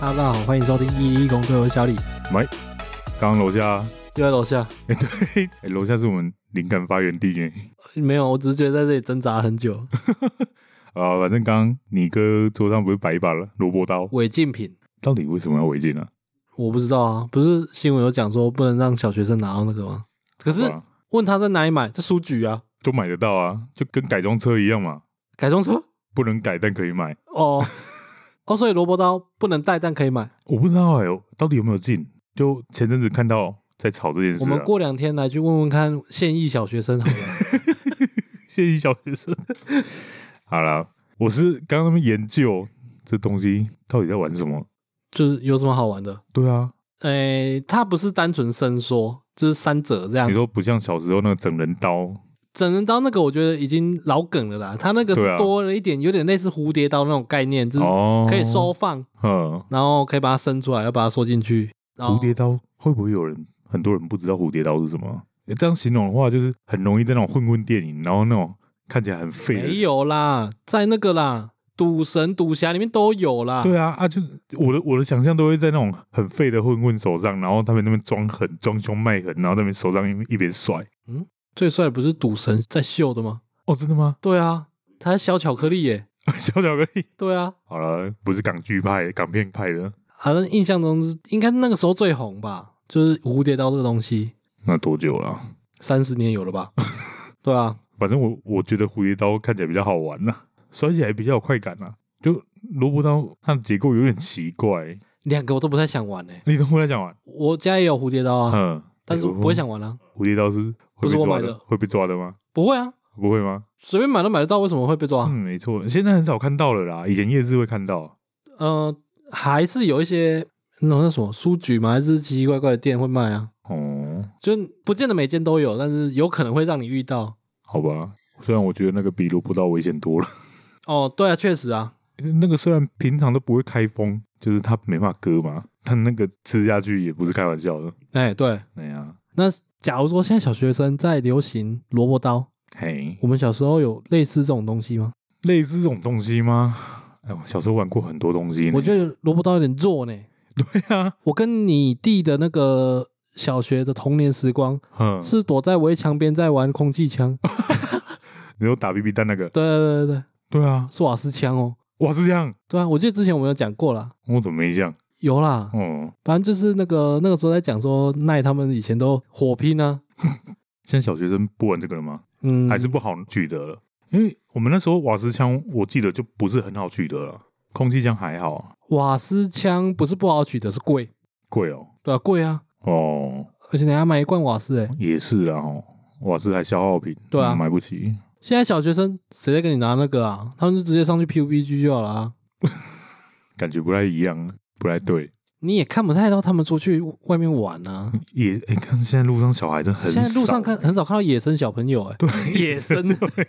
大家好，欢迎收听一公队，我是小李。 喂，刚刚楼下又在楼下？ 对，楼下是我们灵感发源地耶。 没有，我只是觉得在这里挣扎很久。 反正刚刚你哥桌上不是摆一把萝卜刀？ 违禁品， 到底为什么要违禁啊？ 我不知道啊，不是新闻有讲说不能让小学生拿到那个吗？可是问他在哪里买，这书局啊， 就买得到啊，就跟改装车一样嘛。 改装车不能改，但可以买。 所以萝卜刀不能带，但可以买。 我不知道到底有没有禁？就前阵子看到在吵这件事， 我们过2天来去问问看现役小学生好了。 现役小学生，好啦，我是刚刚他们研究这东西到底在玩什么， 就是有什么好玩的？ 对啊， 它不是单纯伸缩，就是3折这样。 你说不像小时候那个整人刀。 整人刀那个我觉得已经老梗了啦，它那个是多了一点，有点类似蝴蝶刀那种概念，就是可以收放，然后可以把它伸出来，要把它缩进去。 蝴蝶刀会不会有人很多人不知道蝴蝶刀是什么？这样形容的话，就是很容易在那种混混电影，然后那种看起来很废的。 没有啦，在那个啦，赌神、赌侠里面都有啦。 对啊，就是我的想象都会在那种很废的混混手上，然后他们那边装狠、装凶卖狠，然后那边手上一边甩。 最帅的不是赌神在秀的吗？ 哦，真的吗？ 对啊，他是小巧克力耶。 小巧克力。对啊， 好了，不是港剧派、港片派的。 好像印象中应该那个时候最红吧，就是蝴蝶刀这个东西。 那多久了 ？30年有了吧？对啊， 反正我觉得蝴蝶刀看起来比较好玩啦，甩起来比较有快感啦。就萝卜刀它的结构有点奇怪 ，2个我都不太想玩你都不太想玩？ 我家也有蝴蝶刀啊，但是我不会想玩啊。 蝴蝶刀是不是我买的， 会被抓的吗？ 不会啊， 不会吗？ 随便买都买得到，为什么会被抓？ 没错，现在很少看到了啦，以前夜市会看到。 还是有一些那什么书局嘛，还是奇奇怪怪的店会卖啊。就不见得每间都有，但是有可能会让你遇到。 好吧，虽然我觉得那个比萝卜刀危险多了。 对啊，确实啊， 那个虽然平常都不会开封，就是它没办法割嘛，但那个吃下去也不是开玩笑的。 对，那假如说现在小学生在流行萝卜刀，我们小时候有类似这种东西吗？ 类似这种东西吗？我小时候玩过很多东西。 我觉得萝卜刀有点弱呢。 对啊， 我跟你弟的那个小学的童年时光，是躲在围墙边在玩空气枪。 你有打 BB 弹那个？ 对啊， 是瓦斯枪哦。 瓦斯枪？ 对啊，我记得之前我们有讲过啦。 我怎么没讲？ 有啦，反正就是那个时候在讲说奈他们以前都火拼啊。 现在小学生不玩这个了吗？还是不好取得了，因为我们那时候瓦斯枪我记得就不是很好取得了，空气枪还好。瓦斯枪不是不好取得，是贵哦。 对啊，贵啊。而且你还买一罐瓦斯也是啊瓦斯还消耗品，对啊，买不起。 现在小学生谁在跟你拿那个啊？他们就直接上去 PUBG 就好了啊。 感觉不太一样，不太对。 你也看不太到他们出去外面玩啊。 看现在路上小孩真的很少， 现在路上很少看到野生小朋友对，野生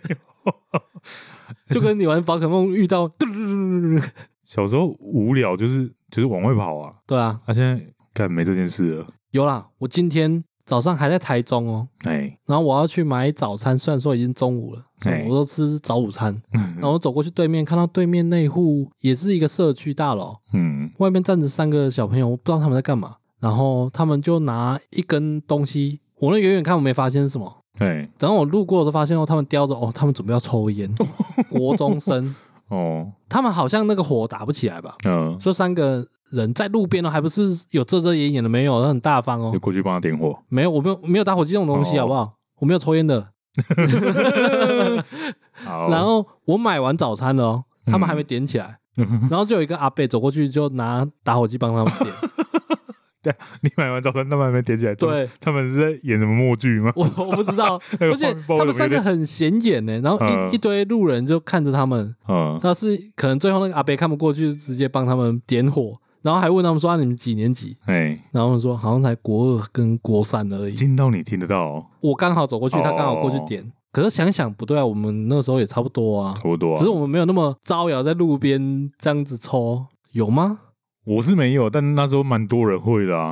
就跟你玩宝可梦遇到小时候无聊就是往外跑啊。对啊，现在干没这件事了。 有啦，我今天早上还在台中然后我要去买早餐，虽然说已经中午了，我都吃早午餐。然后我走过去对面，看到对面那户也是一个社区大楼，外面站着3个小朋友，我不知道他们在干嘛。然后他们就拿一根东西，我那远远看我没发现是什么，等到我路过的时候发现他们叼着他们准备要抽烟。国中生他们好像那个火打不起来吧？说3个人在路边还不是有遮遮掩掩的，没有，很大方就过去帮他点火。 没有，我没有打火机这种东西，好不好？我没有抽烟的。然后我买完早餐了他们还没点起来，然后就有一个阿伯走过去就拿打火机帮他们点。 对，你买完早餐他们还没点起来。对，他们是在演什么默剧吗？ 我不知道。而且他们3个很显眼然后一堆路人就看着他们。那是可能最后那个阿伯看不过去，直接帮他们点火，然后还问他们说你们几年级？然后他们说好像才国2跟国3而已。 惊到你听得到我刚好走过去，他刚好过去点。可是想想不对啊，我们那时候也差不多啊，只是我们没有那么招摇在路边这样子抽，有吗？ 我是没有，但那时候蛮多人会的啊，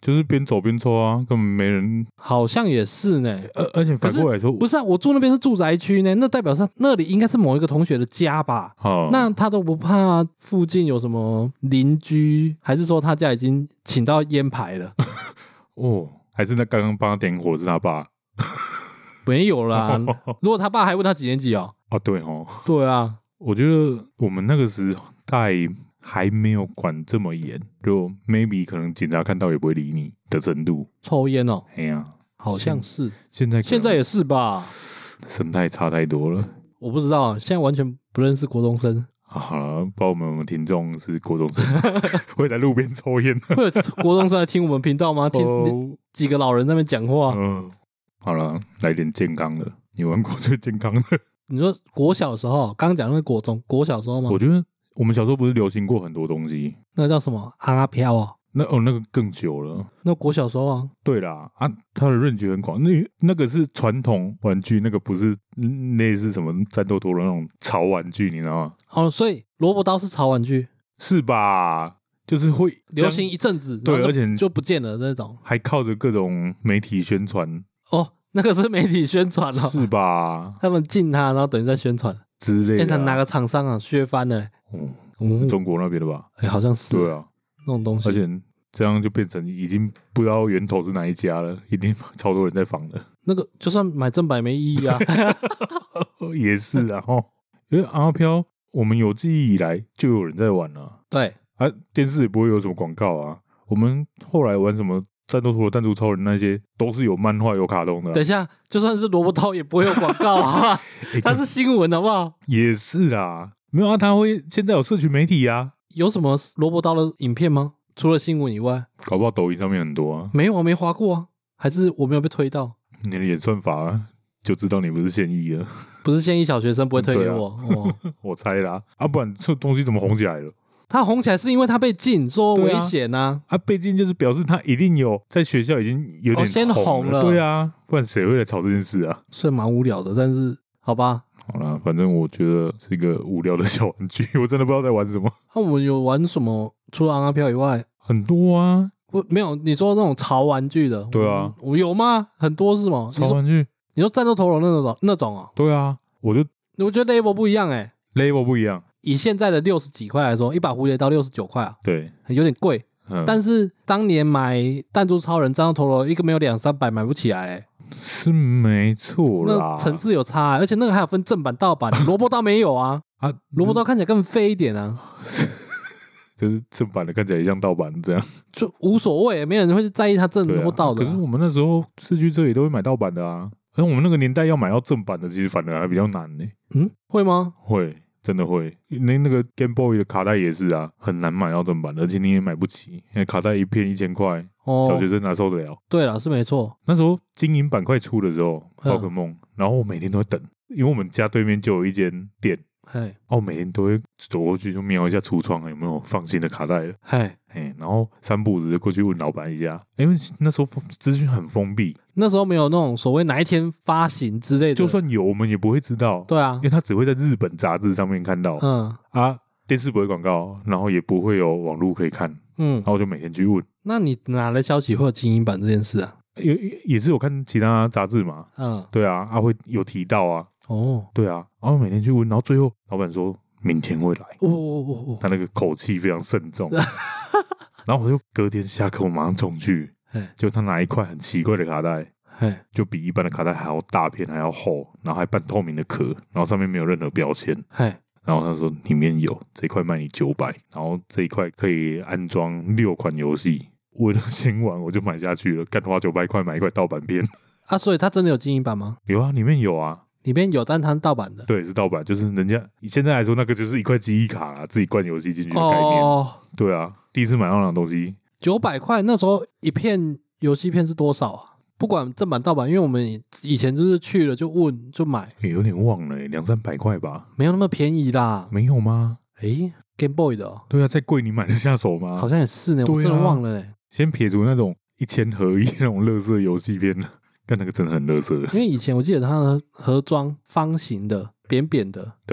就是边走边抽啊，根本没人。 好像也是呢， 而且反过来说， 不是啊，我住那边是住宅区呢，那代表是那里应该是某一个同学的家吧？那他都不怕附近有什么邻居，还是说他家已经请到烟牌了？ 哦，还是那刚刚帮他点火是他爸？ 没有啦，如果他爸还问他几年级哦？ 啊，对哦， 对啊， 我觉得我们那个时代还没有管这么严，就 maybe 可能警察看到也不会理你的程度。 抽烟哦， 哎呀， 好像是， 现在也是吧？ 生态差太多了， 我不知道，现在完全不认识国中生。 好了，不知道我们听众是国中生，会在路边抽烟， 会有国中生来听我们频道吗？听几个老人在那边讲话。 好了，来点健康的，你玩过最健康的？ 你说国小的时候，刚讲那个国小的时候吗？ 我觉得我们小时候不是流行过很多东西， 那个叫什么阿拉飘啊？ 那个更久了。 那国小时候啊， 对啦啊，它的range很广。那个是传统玩具，那个不是类似什么战斗陀螺那种潮玩具，你知道吗？ 哦，所以萝卜刀是潮玩具， 是吧？就是会流行一阵子， 对，而且就不见了那种， 还靠着各种媒体宣传。 哦，那个是媒体宣传哦， 是吧？ 他们禁他，然后等于在宣传之类的。 他哪个厂商啊，削翻了？ 中国那边的吧？ 好像是。 对啊， 那种东西， 而且这样就变成已经不知道源头是哪一家了，一定超多人在仿的。 那个就算买正版没意义啊。 也是啊，因为阿飘我们有记忆以来就有人在玩了。 对啊，电视也不会有什么广告啊。我们后来玩什么战斗陀螺、弹珠超人那些，都是有漫画、有卡通的。 等一下，就算是萝卜刀也不会有广告啊，它是新闻好不好？ 也是啊，没有啊，它会现在有社群媒体啊。 有什么萝卜刀的影片吗？除了新闻以外， 搞不好抖音上面很多啊。 没有，我没滑过啊，还是我没有被推到？ 你的演算法就知道你不是现役了， 不是现役小学生不会推给我。 我猜啦，不然这东西怎么红起来了？ 他红起来是因为他被禁，说危险啊！ 被禁就是表示他一定有在学校已经有点先红了， 对啊，不然谁会来炒这件事啊？ 虽然蛮无聊的，但是好吧。 好啦，反正我觉得是一个无聊的小玩具，我真的不知道在玩什么。 那我们有玩什么？除了阿飘以外， 很多啊。 没有你说那种潮玩具的？ 对啊， 我有吗？很多是吗？ 潮玩具？ 你说战斗陀螺那种啊？ 对啊，我觉得 level 不一样 level 不一样。 以现在的60几块来说，一把蝴蝶刀69块啊， 对， 有点贵。但是当年买弹珠超人、战斗陀螺一个没有200-300买不起来是没错啦， 那层次有差而且那个还有分正版盗版，萝卜刀没有啊，萝卜刀看起来更废一点啊， 就是正版的看起来也像盗版这样， 就无所谓，没有人会在意它正或盗的。 可是我们那时候市区这里都会买盗版的啊，而我们那个年代要买到正版的，其实反而还比较难呢。 会吗？ 会。真的会，那个 Game Boy 的卡带也是啊，很难买到正版的，而且你也买不起，因为卡带一片1000块，小学生哪受得了？对啦，是没错。 那时候金银版快出的时候，宝可梦，然后我每天都会等，因为我们家对面就有一间店，我每天都会走过去就瞄一下橱窗有没有放新的卡带了，然后3步子就过去问老板一下，因为那时候资讯很封闭。 那时候没有那种所谓哪一天发行之类的， 就算有我们也不会知道。 对啊， 因为他只会在日本杂志上面看到。电视不会广告，然后也不会有网络可以看。然后我就每天去问。那你哪来消息会有金银版这件事啊？ 也是有看其他杂志嘛。对啊，会有提到啊。对啊，然后每天去问，然后最后老板说明天会来。他那个口气非常慎重。然后我就隔天下课，我马上冲去。就他拿一块很奇怪的卡带，就比一般的卡带还要大片，还要厚，然后还半透明的壳，然后上面没有任何标签。然后他说里面有这一块卖你900，然后这一块可以安装6款游戏。为了先玩，我就买下去了，干花900块买一块盗版片。所以他真的有金银版吗？ 有啊，里面有啊。里面有， 但它是盗版的。 对，是盗版，就是人家现在来说，那个就是一块记忆卡啦，自己灌游戏进去的概念。对啊，第一次买到那种东西。900 块，那时候一片游戏片是多少啊？不管正版盗版，因为我们以前就是去了就问就买， 有点忘了，200-300块吧， 没有那么便宜啦。 没有吗 ？Game Boy 的对啊，再贵你买得下手吗？ 好像也是呢，我真的忘了先撇除那种1000合一那种垃圾游戏片，但那个真的很垃圾。 因为以前我记得它的盒装方形的、扁扁的， 对，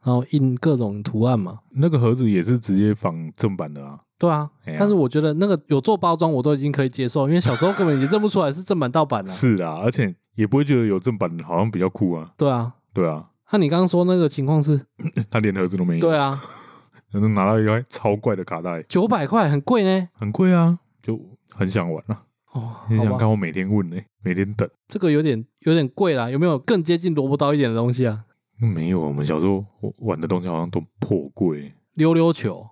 然后印各种图案嘛。 那个盒子也是直接仿正版的啊。 对啊，但是我觉得那个有做包装我都已经可以接受，因为小时候根本也认不出来是正版盗版啊。 是啊，而且也不会觉得有正版好像比较酷啊。 对啊， 对啊。 那你刚刚说那个情况是， 他连盒子都没有。 对啊， 能拿到一块超怪的卡带 ，900块，很贵呢。 很贵啊，就很想玩啊。你想看我每天问呢，每天等。这个有点贵啦，有没有更接近萝卜刀一点的东西啊？ 没有，我们小时候玩的东西好像都颇贵。 溜溜球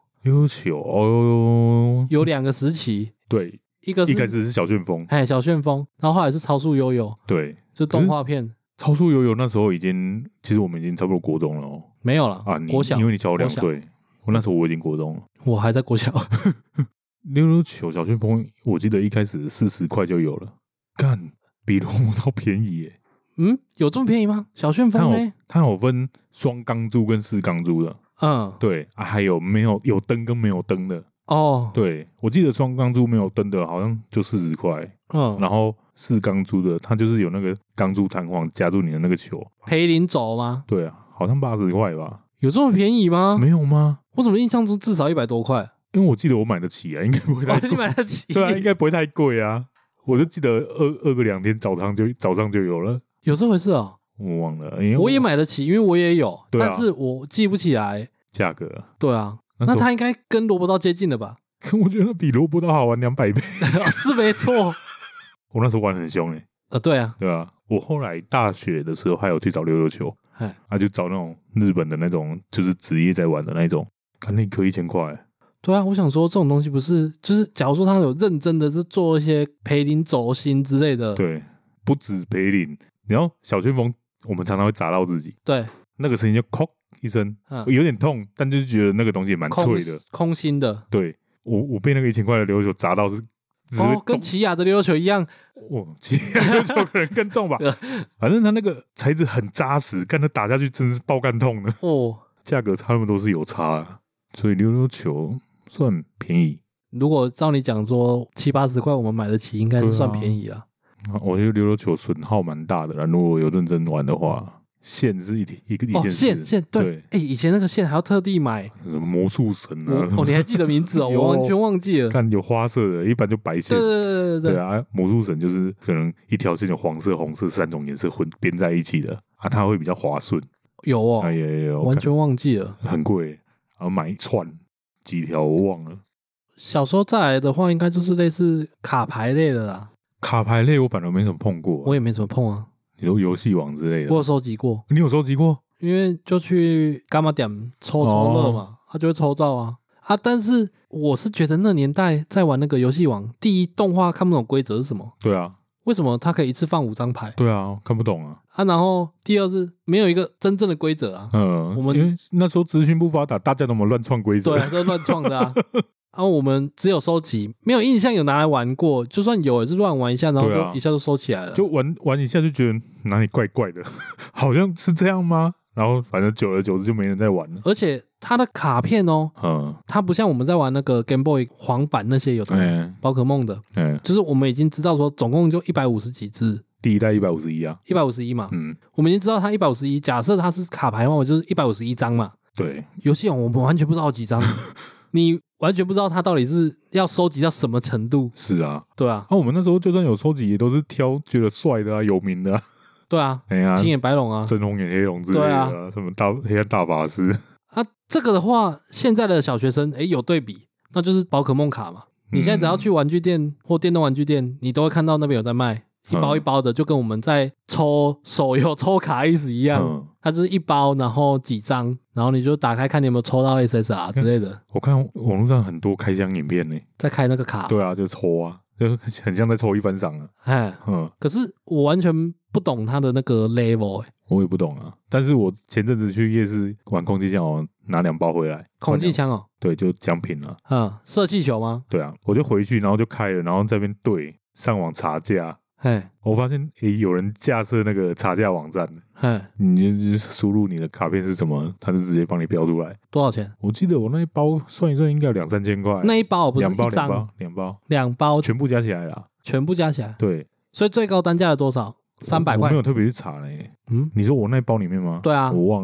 哦， 有2个时期。 对，一开始是小旋风， 小旋风，然后后来是超速悠悠。 对， 就动画片。 超速悠悠那时候其实我们已经差不多国中了哦。 没有了啊， 国小，因为你小我2岁，我那时候我已经国中了， 我还在国小。 溜溜球小旋风，我记得一开始40块就有了，干比萝卜刀便宜耶。 有这么便宜吗？小旋风呢？ 它有分双钢珠跟4钢珠的。对啊，还有没有灯跟没有灯的哦。对，我记得双钢珠没有灯的好像就40块。然后4钢珠的，它就是有那个钢珠弹簧夹住你的那个球。 培林轴吗？ 对啊，好像80块吧。 有这么便宜吗？ 没有吗？ 我怎么印象中至少100多块？ 因为我记得我买得起啊，应该不会太贵。 你买得起？ 对啊，应该不会太贵啊。我就记得饿个2天，早上就有了。 有这回事哦？ 我忘了， 我也买得起，因为我也有，但是我记不起来价格。 对啊，那它应该跟萝卜刀接近了吧？ 可我觉得比萝卜刀好玩200倍。 是没错。 我那时候玩很凶对啊， 对啊。我后来大学的时候还有去找溜溜球，就找那种日本的那种，就是职业在玩的那种，看那颗1000块。 对啊，我想说这种东西不是，就是假如说他有认真的是做一些培林轴心之类的， 对，不止培林，然后小旋风我们常常会砸到自己， 对， 那个声音就哐一声，有点痛，但就是觉得那个东西也蛮脆的， 空心的。 对，我被那个1000块的溜溜球砸到是。 跟奇亚的溜溜球一样。 奇亚溜溜球可能更重吧。反正它那个材质很扎实，干它打下去真是爆干痛的。价格差那么多是有差啊，所以溜溜球算便宜。如果照你讲说 70-80块我们买得起，应该是算便宜了。 我觉得溜溜球损耗蛮大的啦，如果有认真玩的话。线是一件线对，以前那个线还要特地买， 什么魔术神啊？ 你还记得名字哦？我完全忘记了。 看有花色的，一般就白线。对啊，魔术神就是可能一条线有黄色、红色3种颜色混编在一起的啊，它会比较滑顺。 有哦， 有， 完全忘记了， 很贵，然后买一串几条我忘了。 小时候再来的话，应该就是类似卡牌类的啦。 卡牌类我反而没什么碰过， 我也没怎么碰啊。 你说游戏王之类的， 我有收集过。 你有收集过？ 因为就去干嘛点抽乐嘛，他就会抽到啊。但是我是觉得那年代在玩那个游戏王，第一动画看不懂规则是什么？ 对啊， 为什么他可以一次放5张牌？ 对啊，看不懂啊。 然后第二是没有一个真正的规则啊。 我们因为那时候资讯不发达，大家都乱创规则， 对，都乱创的啊。我们只有收集，没有印象有拿来玩过。就算有，也是乱玩一下，然后就一下就收起来了。 就玩一下就觉得哪里怪怪的，好像是这样吗？然后反正久而久之就没人在玩了。 而且它的卡片它不像我们在玩那个 Game Boy 黄版那些有的宝可梦的，就是我们已经知道说总共就150几只。 第一代151啊 ，151嘛。我们已经知道它151，假设它是卡牌的话，我就是151张嘛。 对， 游戏王我们完全不知道有几张。你完全不知道它到底是要收集到什么程度。 是啊， 对啊。 我们那时候就算有收集，也都是挑觉得帅的啊，有名的啊。 对啊，青眼白龙啊， 真红眼黑龙之类的啊，什么黑暗大法师这个的话，现在的小学生有对比，那就是宝可梦卡嘛。你现在只要去玩具店或电动玩具店，你都会看到那边有在卖。一包一包的，就跟我们在抽手游抽卡意思一样。它就是一包，然后几张，然后你就打开看你有没有抽到 SSR 之类的。 我看网络上很多开箱影片呢， 在开那个卡。 对啊，就抽啊，就很像在抽一番赏啊。 可是我完全不懂它的那个 level。 我也不懂啊，但是我前阵子去夜市玩空气枪，拿2包回来。 空气枪对，就奖品了。 射气球吗？ 对啊，我就回去，然后就开了，然后在那边对上网查价。我发现有人架设那个查价网站，你就输入你的卡片是什么，他就直接帮你标出来。 多少钱？ 我记得我那一包算一算应该有2-3千块。 那一包不是一张，2包全部加起来啦。 全部加起来。 对， 所以最高单价了多少？300块。 我没有特别去查嘞。你说我那一包里面吗？ 对啊， 我忘了，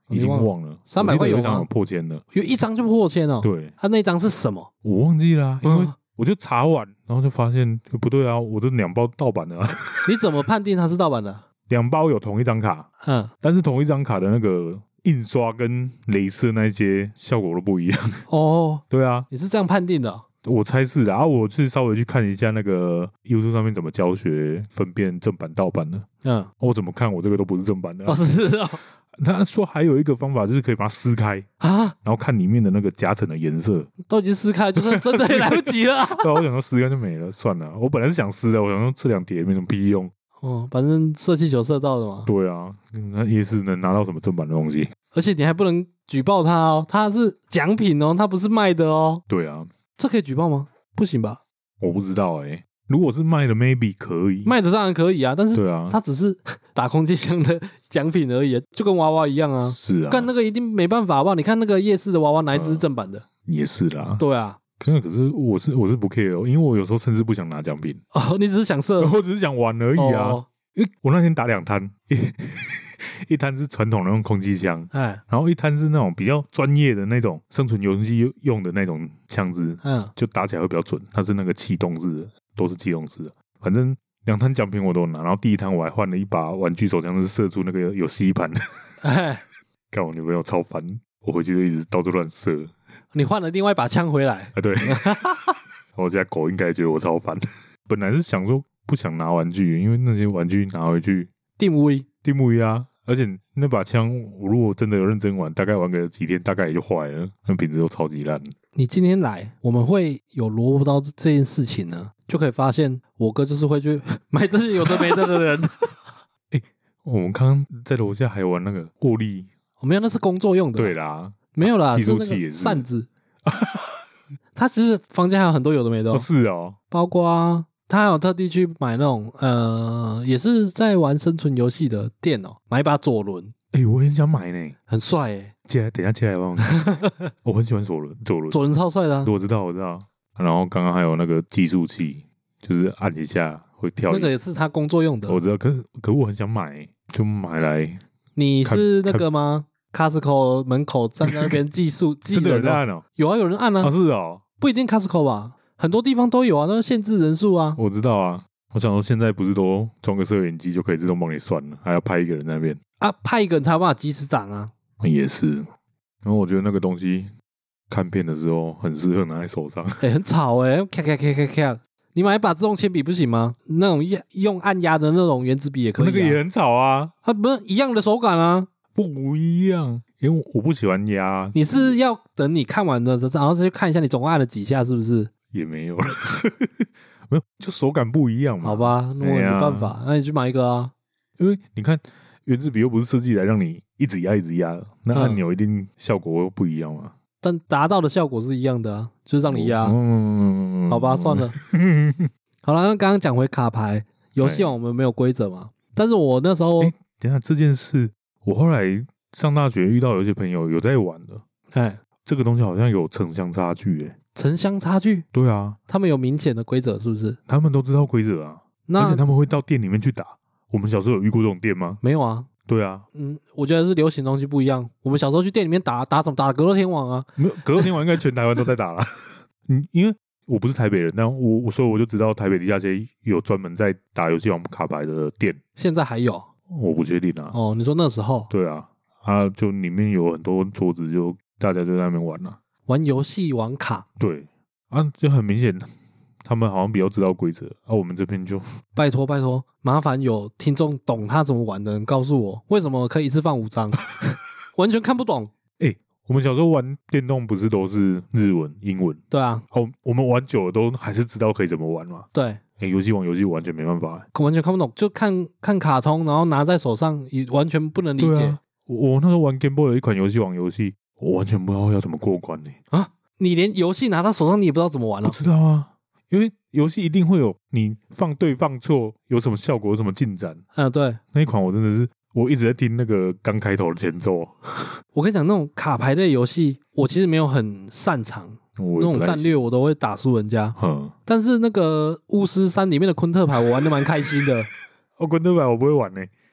已经忘了 300块有一张有破千的， 有一张就破千哦。 对， 他那张是什么？ 我忘记了，因为我就查完，然后就发现不对啊，我这2包盗版的啊。 你怎么判定它是盗版的 ？2包有同一张卡，但是同一张卡的那个印刷跟雷射那一些效果都不一样。哦，对啊， 你是这样判定的？ 我猜是的，我去稍微去看一下那个 YouTube 上面怎么教学分辨正版盗版的。我怎么看我这个都不是正版的。 是哦。 他说还有一个方法就是可以把它撕开啊，然后看里面的那个夹层的颜色。 都已经撕开，就算真的也来不及了。 对啊，我想说撕开就没了，算了。我本来是想撕的，我想说这2叠没什么屁用。 反正射气球射到的嘛。 对啊，那夜市能拿到什么正版的东西？ 而且你还不能举报他哦，他是奖品哦，他不是卖的哦。 对啊， 这可以举报吗？不行吧？ 我不知道如果是卖的 maybe 可以， 卖的当然可以啊，但是对啊， 它只是打空气枪的奖品而已，就跟娃娃一样啊。 是啊， 但那个一定没办法好不好？你看那个夜市的娃娃哪一只是正版的？ 也是啦。 对啊， 可是我是不 care 因为我有时候甚至不想拿奖品你只是想射， 我只是想玩而已啊。因为我那天打2摊，一摊是传统的用空气枪，然后一摊是那种比较专业的那种生存游戏用的那种枪支，就打起来会比较准。它是那个气动式的，都是气动式的。反正2摊奖品我都拿，然后第1摊我还换了一把玩具手枪，是射出那个有吸盘。看我女朋友超烦，我回去就一直到处乱射。 你换了另外一把枪回来？ 对。我家狗应该觉得我超烦。本来是想说不想拿玩具，因为那些玩具拿回去定位啊。而且那把枪，我如果真的有认真玩，大概玩个几天，大概也就坏了，那品质都超级烂。 你今天来，我们会有萝卜刀这件事情呢，就可以发现我哥就是会去买这些有的没的的人。 我们刚刚在楼下还玩那个握力， 没有，那是工作用的。 对啦， 没有啦， 计数器也是扇子。他其实房间还有很多有的没的。 是哦， 包括他还有特地去买那种也是在玩生存游戏的店买一把左轮。 我很想买呢， 很帅等一下借来帮我。我很喜欢左轮超帅的啊。 我知道。然后刚刚还有那个计数器，就是按一下会跳。 那个也是他工作用的。 我知道，可我很想买，就买来。 你是那个吗？Costco 门口站在那边计数计人。 真的有人按哦？ 有啊，有人按啊。 是哦， 不一定 Costco 吧，很多地方都有啊，那限制人数啊。 我知道啊，我想说现在不是都装个摄影机就可以自动帮你算了，还要派一个人在那边啊，派一个人才有办法及时档啊。 也是，然后我觉得那个东西看片的时候很适合拿在手上。 很吵咔咔咔咔咔。你买一把自动铅笔不行吗？那种用按压的那种原子笔也可以。 那个也很吵啊。 它不是一样的手感啊。 不一样，因为我不喜欢压。 你是要等你看完的时候，然后再去看一下你总共按了几下，是不是？ 也没有了。没有，就手感不一样嘛。 好吧，那我没办法，那你去买一个啊。 因为你看原子笔又不是设计来让你一直压一直压的，那按钮一定效果会不一样嘛。 但达到的效果是一样的啊，就是让你压。好吧，算了。好了，那刚刚讲回卡牌游戏王，我们没有规则嘛？但是我那时候， 等一下这件事，我后来上大学遇到有些朋友有在玩的，这个东西好像有城乡差距， 城乡差距？ 对啊， 他们有明显的规则是不是？ 他们都知道规则啊，而且他们会到店里面去打。我们小时候有遇过这种店吗？ 没有啊。 对啊， 我觉得是流行东西不一样。我们小时候去店里面打什么？打格斗天王啊？ 没有，格斗天王应该全台湾都在打啦。因为我不是台北人，但所以我就知道台北地下街有专门在打游戏王卡牌的店。 现在还有？ 我不确定啊。 你说那时候？ 对啊，就里面有很多桌子，就大家就在那边玩啊， 玩游戏王卡。 对啊，就很明显。他们好像比较知道规则，我们这边就拜托，麻烦有听众懂他怎么玩的人告诉我，为什么可以一次放5张？完全看不懂。 我们小时候玩电动不是都是日文、英文？ 对啊， 我们玩久了都还是知道可以怎么玩嘛。 对， 游戏王游戏完全没办法， 完全看不懂，就看卡通，然后拿在手上也完全不能理解。啊、 我那时候玩 Game Boy 的一款游戏王游戏，我完全不知道要怎么过关呢。 你连游戏拿到手上你也不知道怎么玩了？ 不知道啊。因为游戏一定会有你放对放错有什么效果有什么进展。 对， 那一款我真的是我一直在听那个刚开头的前奏。 我跟你讲，那种卡牌类游戏我其实没有很擅长，那种战略我都会打输人家。但是那个巫师3里面的昆特牌我玩得蛮开心的。 昆特牌我不会玩呢。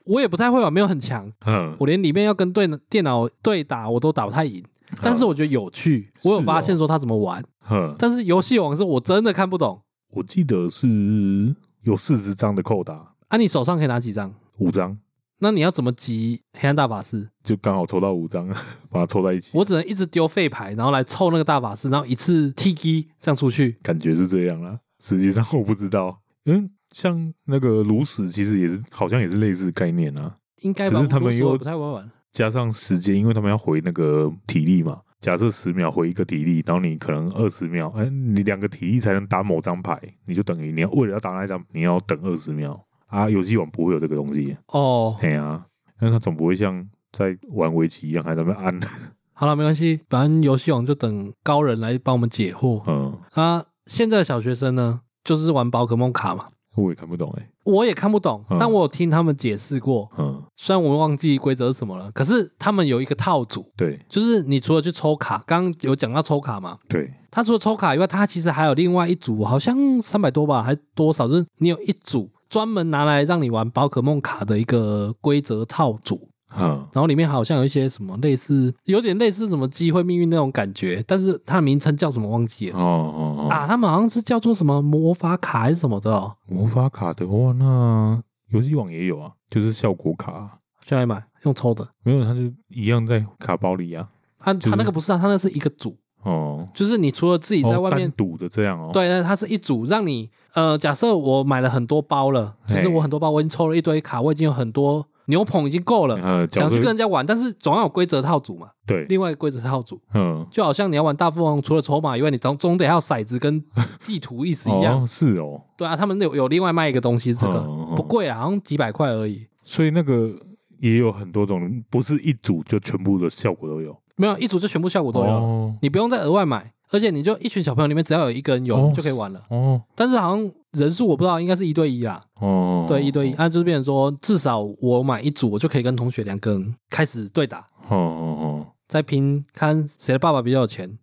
我也不太会玩，没有很强。我连里面要跟电脑对打我都打不太赢。但是我觉得有趣，我有发现说他怎么玩。但是游戏王是我真的看不懂。 我记得是有40张的扣打。 啊，你手上可以拿几张 ？5张。 那你要怎么集黑暗大法师？ 就刚好抽到5张，把它凑在一起。 我只能一直丢废牌，然后来凑那个大法师，然后一次踢击这样出去。 感觉是这样啦，实际上我不知道。像那个炉石其实也是，好像也是类似概念啊。 应该吧， 只是他们又不太会玩。 加上时间，因为他们要回那个体力嘛。假设10秒回一个体力，然后你可能20秒，你2个体力才能打某张牌，你就等于你要为了要打那一张，你要等20秒啊。游戏王不会有这个东西哦。对啊，因为它总不会像在玩围棋一样还在那边按。 好了，没关系，反正游戏王就等高人来帮我们解惑。现在的小学生呢，就是玩宝可梦卡嘛。 我也看不懂我也看不懂，但我有听他们解释过。虽然我忘记规则是什么了，可是他们有一个套组。 对， 就是你除了去抽卡，刚刚有讲到抽卡嘛？ 对， 他除了抽卡以外，他其实还有另外一组，好像300多吧，还多少？就是你有一组专门拿来让你玩宝可梦卡的一个规则套组。然后里面好像有一些什么类似，有点类似什么机会命运那种感觉，但是它的名称叫什么忘记了。他们好像是叫做什么魔法卡还是什么的。 魔法卡的话，那游戏网也有啊，就是效果卡。 去哪里买？用抽的？ 没有，它就一样在卡包里啊。 它那个不是啊，它那是一个组。就是你除了自己在外面单独的这样对，它是一组让你假设我买了很多包了，就是我很多包，我已经抽了一堆卡，我已经有很多牛棚已经够了，想去跟人家玩，但是总要有规则套组嘛。对，另外一个规则套组，就好像你要玩大富翁，除了筹码以外，你总得还有骰子跟地图意思一样。 是哦， 对啊，他们有另外卖一个东西，这个不贵啊，好像几百块而已。 所以那个也有很多种，不是一组就全部的效果都有。 没有一组就全部效果都有了，你不用再额外买，而且你就一群小朋友里面只要有一个人有就可以玩了。但是好像人数我不知道，应该是1对1啦。对，1对1，就是变成说至少我买一组，我就可以跟同学2个人开始对打。再拼看谁的爸爸比较有钱。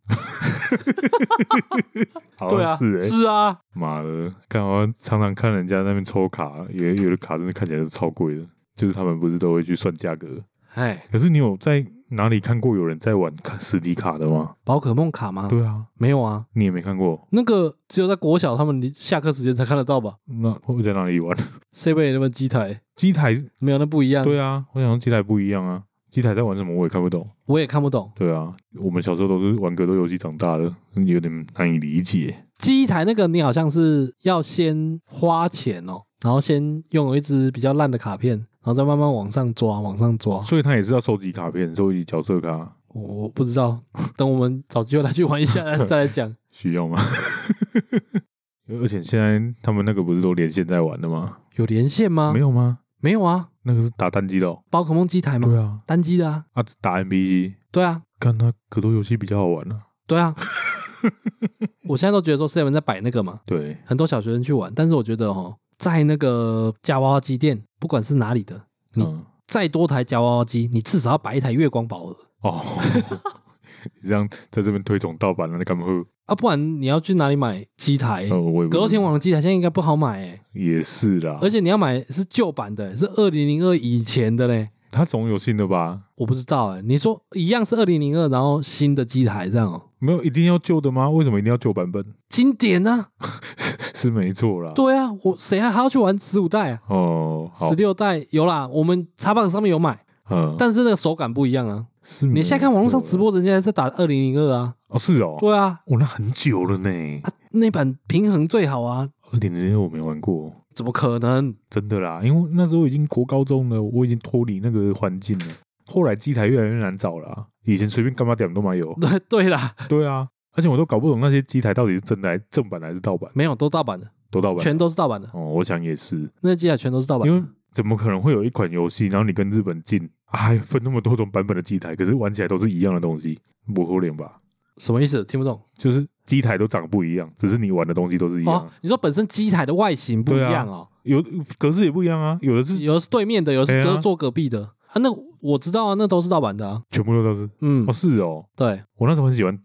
对啊， 是啊， 妈的，我常常看人家那边抽卡，有的卡真的看起来是超贵的，就是他们不是都会去算价格。可是你有在哪里看过有人在玩实体卡的吗？ 宝可梦卡吗？ 对啊， 没有啊， 你也没看过。 那个只有在国小他们下课时间才看得到吧？ 那会在哪里玩 ？7那边机台没有，那不一样。 对啊，我想说机台不一样啊。机台在玩什么我也看不懂。 我也看不懂。 对啊，我们小时候都是玩格斗游戏长大的，有点难以理解。 机台那个你好像是要先花钱然后先用一支比较烂的卡片，然后再慢慢往上抓。 所以他也是要收集卡片，收集角色卡。 我不知道，等我们找机会来去玩一下再来讲。 需要吗？而且现在他们那个不是都连线在玩的吗？ 有连线吗？ 没有吗？ 没有啊， 那个是打单机的宝可梦机台吗？ 对啊， 单机的啊。 打 NPC。 对啊， 看他格斗游戏比较好玩啊。 对啊。我现在都觉得说 7 在摆那个嘛，对，很多小学生去玩，但是我觉得在那个夹娃娃机店，不管是哪里的，你再多台夹娃娃机，你至少要摆一台月光宝盒。 你这样在这边推崇盗版了，你干嘛喝啊？不然你要去哪里买机台？格斗天王的机台现在应该不好买也是啦， 而且你要买是旧版的，是2002以前的嘞。 它总有新的吧？ 我不知道你说一样是2002，然后新的机台这样没有一定要旧的吗？为什么一定要旧版本？ 经典啊， 是没错啦。 对啊，谁还要去玩15代啊？16代有啦，我们Xbox上面有买，但是那个手感不一样啊。是你现在看网络上直播，人家在打2002啊。 是哦。 对啊， 那很久了呢。 那版平衡最好啊。 2.0我没玩过。 怎么可能？ 真的啦，因为那时候已经国高中了，我已经脱离那个环境了。后来机台越来越难找了以前随便干嘛点都买有。 对啦， 对啊，而且我都搞不懂那些机台到底是正版还是盗版。 没有，都盗版的，全都是盗版的。 我想也是， 那些机台全都是盗版的。 因为怎么可能会有一款游戏，然后你跟日本进还分那么多种版本的机台，可是玩起来都是一样的东西，不可能吧？ 什么意思？听不懂。 就是机台都长不一样，只是你玩的东西都是一样。 你说本身机台的外形不一样有格式也不一样啊，有的是对面的，有的是坐隔壁的那我知道啊，那都是盗版的啊， 全部都是。是哦， 对， 我那时候很喜欢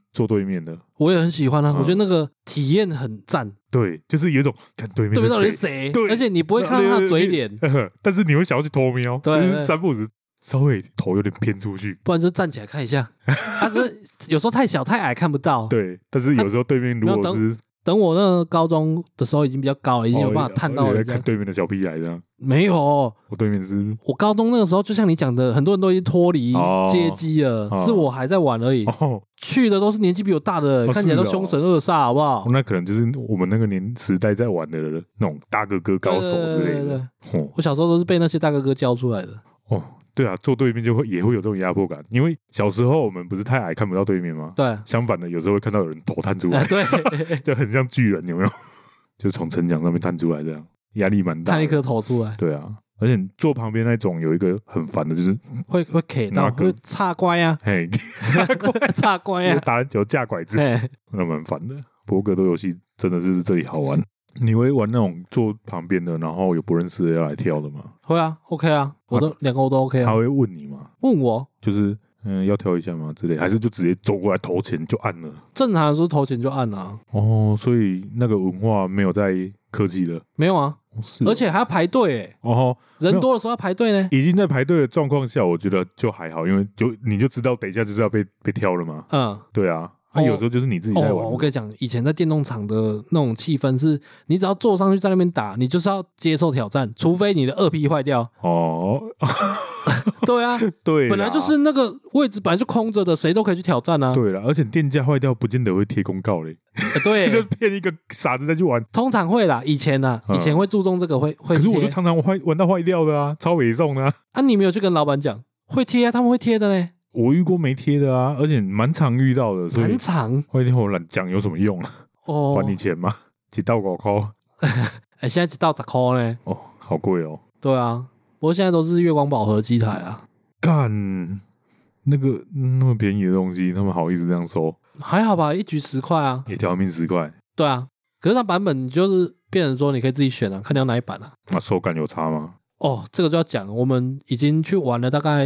坐对面的， 我也很喜欢啊，我觉得那个体验很赞。 对，就是有一种看对面到底是谁，而且你不会看到他的嘴脸， 但是你会想要去偷瞄，就是三步子稍微头有点偏出去， 不然就站起来看一下。他是有时候太小太矮看不到， 对，但是有时候对面如果是。 等我那个高中的时候已经比较高了，已经有办法探到了。 看对面的小屁孩这样？ 没有， 我对面是。 我高中那个时候，就像你讲的，很多人都已经脱离街机了，是我还在玩而已。去的都是年纪比我大的，看起来都凶神恶煞，好不好？ 那可能就是我们那个时代在玩的那种大哥哥高手之类的。 我小时候都是被那些大哥哥教出来的。 哦。对啊，坐对面也会有这种压迫感，因为小时候我们不是太矮看不到对面吗？ 对， 相反的，有时候会看到有人头探出来， 对， 就很像巨人，有没有？就从城墙上面探出来，这样压力蛮大， 探一颗头出来。 对啊，而且坐旁边那种有一个很烦的，就是会 K 到，会插乖啊， 嘿， 插乖啊， 打篮球架拐子，那蛮烦的。不过格斗游戏真的是这里好玩。你会玩那种坐旁边的，然后有不认识的要来跳的吗？ 会啊 ，OK 啊，我都两个我都 OK 啊。 他会问你吗？ 问我， 就是要跳一下吗之类，还是就直接走过来投钱就按了？ 正常的时候投钱就按了啊。 哦，所以那个文化没有在客气了？ 没有啊，而且还要排队哎。 哦， 人多的时候要排队呢。 已经在排队的状况下，我觉得就还好，因为你就知道等一下就是要被挑了嘛。嗯，对啊。有时候就是你自己在玩。 我跟你讲，以前在电动场的那种气氛是，你只要坐上去在那边打，你就是要接受挑战，除非你的2P 坏掉。哦，对啊， 对， 本来就是那个位置本来就空着的，谁都可以去挑战啊。 对了，而且店家坏掉不见得会贴公告嘞。 对， 就骗一个傻子再去玩。 通常会啦，以前会注重这个会。可是我就常常玩到坏掉的啊，超猥送的啊。 啊，你没有去跟老板讲会贴啊？他们会贴的嘞。 我遇过没贴的啊，而且蛮常遇到的，所以蛮常。 坏掉我懒讲有什么用啊？哦，还你钱吗？一道5块。 现在一道10块呢。 哦，好贵哦。 对啊，不过现在都是月光宝盒机台啊。 干，那个那么便宜的东西，他们好意思这样收？ 还好吧，一局10块啊， 一条命10块。 对啊，可是它版本就是变成说你可以自己选啊，看你要哪一版啊。 那手感有差吗？ 哦，这个就要讲，我们已经去玩了大概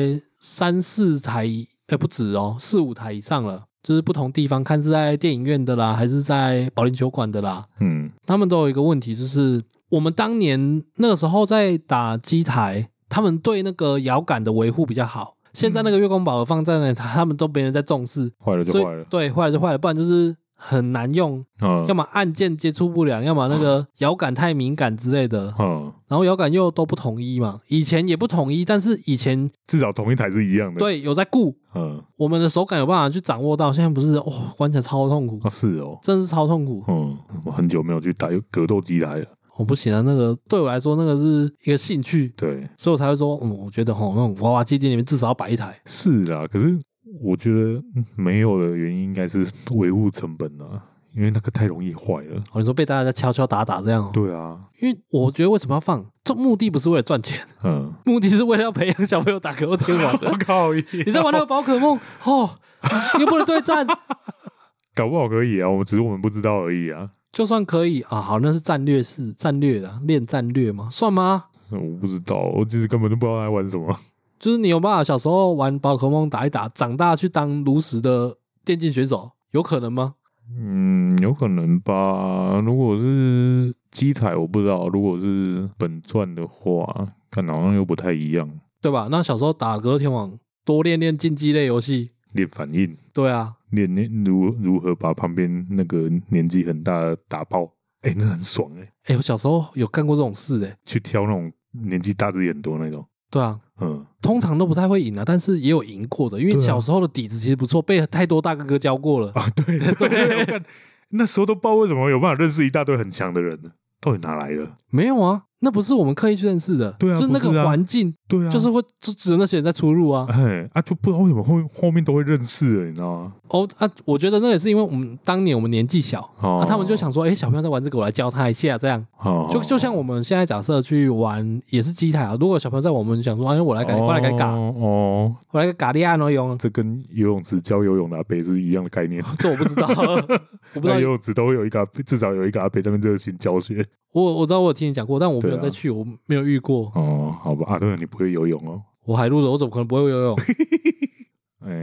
3、4台，不止哦，4、5台以上了。就是不同地方看是在电影院的啦，还是在保龄球馆的啦。他们都有一个问题，就是我们当年那个时候在打机台，他们对那个摇杆的维护比较好。现在那个月光宝盒放在那里，他们都没人在重视， 坏了就坏了。 对，坏了就坏了，不然就是很难用，要么按键接触不良，要么那个摇杆太敏感之类的。然后摇杆又都不统一嘛，以前也不统一，但是以前至少同一台是一样的。 对，有在顾。我们的手感有办法去掌握到，现在不是玩起来超痛苦。 是哦， 真的是超痛苦。 我很久没有去打格斗机台了。 我不行啊，那个对我来说，那个是一个兴趣。 对， 所以我才会说，我觉得那种娃娃机店里面至少要摆一台。 是啦，可是我觉得没有的原因应该是维护成本啊，因为那个太容易坏了。 你说被大家敲敲打打这样？ 对啊， 因为我觉得为什么要放？这目的不是为了赚钱，目的是为了要培养小朋友打格斗天王的。 我靠！ 你在玩那个宝可梦又不能对战， 搞不好可以啊，只是我们不知道而已啊。 就算可以啊，好，那是战略的练战略吗？算吗？ 我不知道，我其实根本就不知道他在玩什么。 就是你有办法小时候玩宝可梦打一打，长大去当炉石的电竞选手，有可能吗？ 有可能吧。如果是机台，我不知道；如果是本传的话，看好像又不太一样， 对吧？那小时候打格斗天王，多练练竞技类游戏， 练反应。 对啊， 练如何把旁边那个年纪很大的打爆。那很爽我小时候有干过这种事去挑那种年纪大只也很多那种。 对啊，通常都不太会赢啊，但是也有赢过的，因为小时候的底子其实不错，被太多大哥哥教过了啊。 对，我看那时候都不知道为什么有办法认识一大堆很强的人呢，到底哪来的？ 没有啊，那不是我们刻意去认识的， 对啊， 是那个环境， 对啊， 就是会只有那些人在出入啊。 就不知道为什么后面都会认识了，你知道吗？ 我觉得那也是因为我们当年我们年纪小，他们就想说，小朋友在玩这个，我来教他一下，这样。就像我们现在假设去玩也是机台啊，如果小朋友在玩，我们想说，我来嘎，我来个嘎利亚诺用， 这跟游泳池教游泳的阿伯是一样的概念。 这我不知道，我不知道游泳池都会有至少有一个阿伯在那边热心教学。 我知道我有听你讲过，但我没有再去，我没有遇过。 好吧，对，你不会游泳哦。 我海陆的，我怎么可能不会游泳？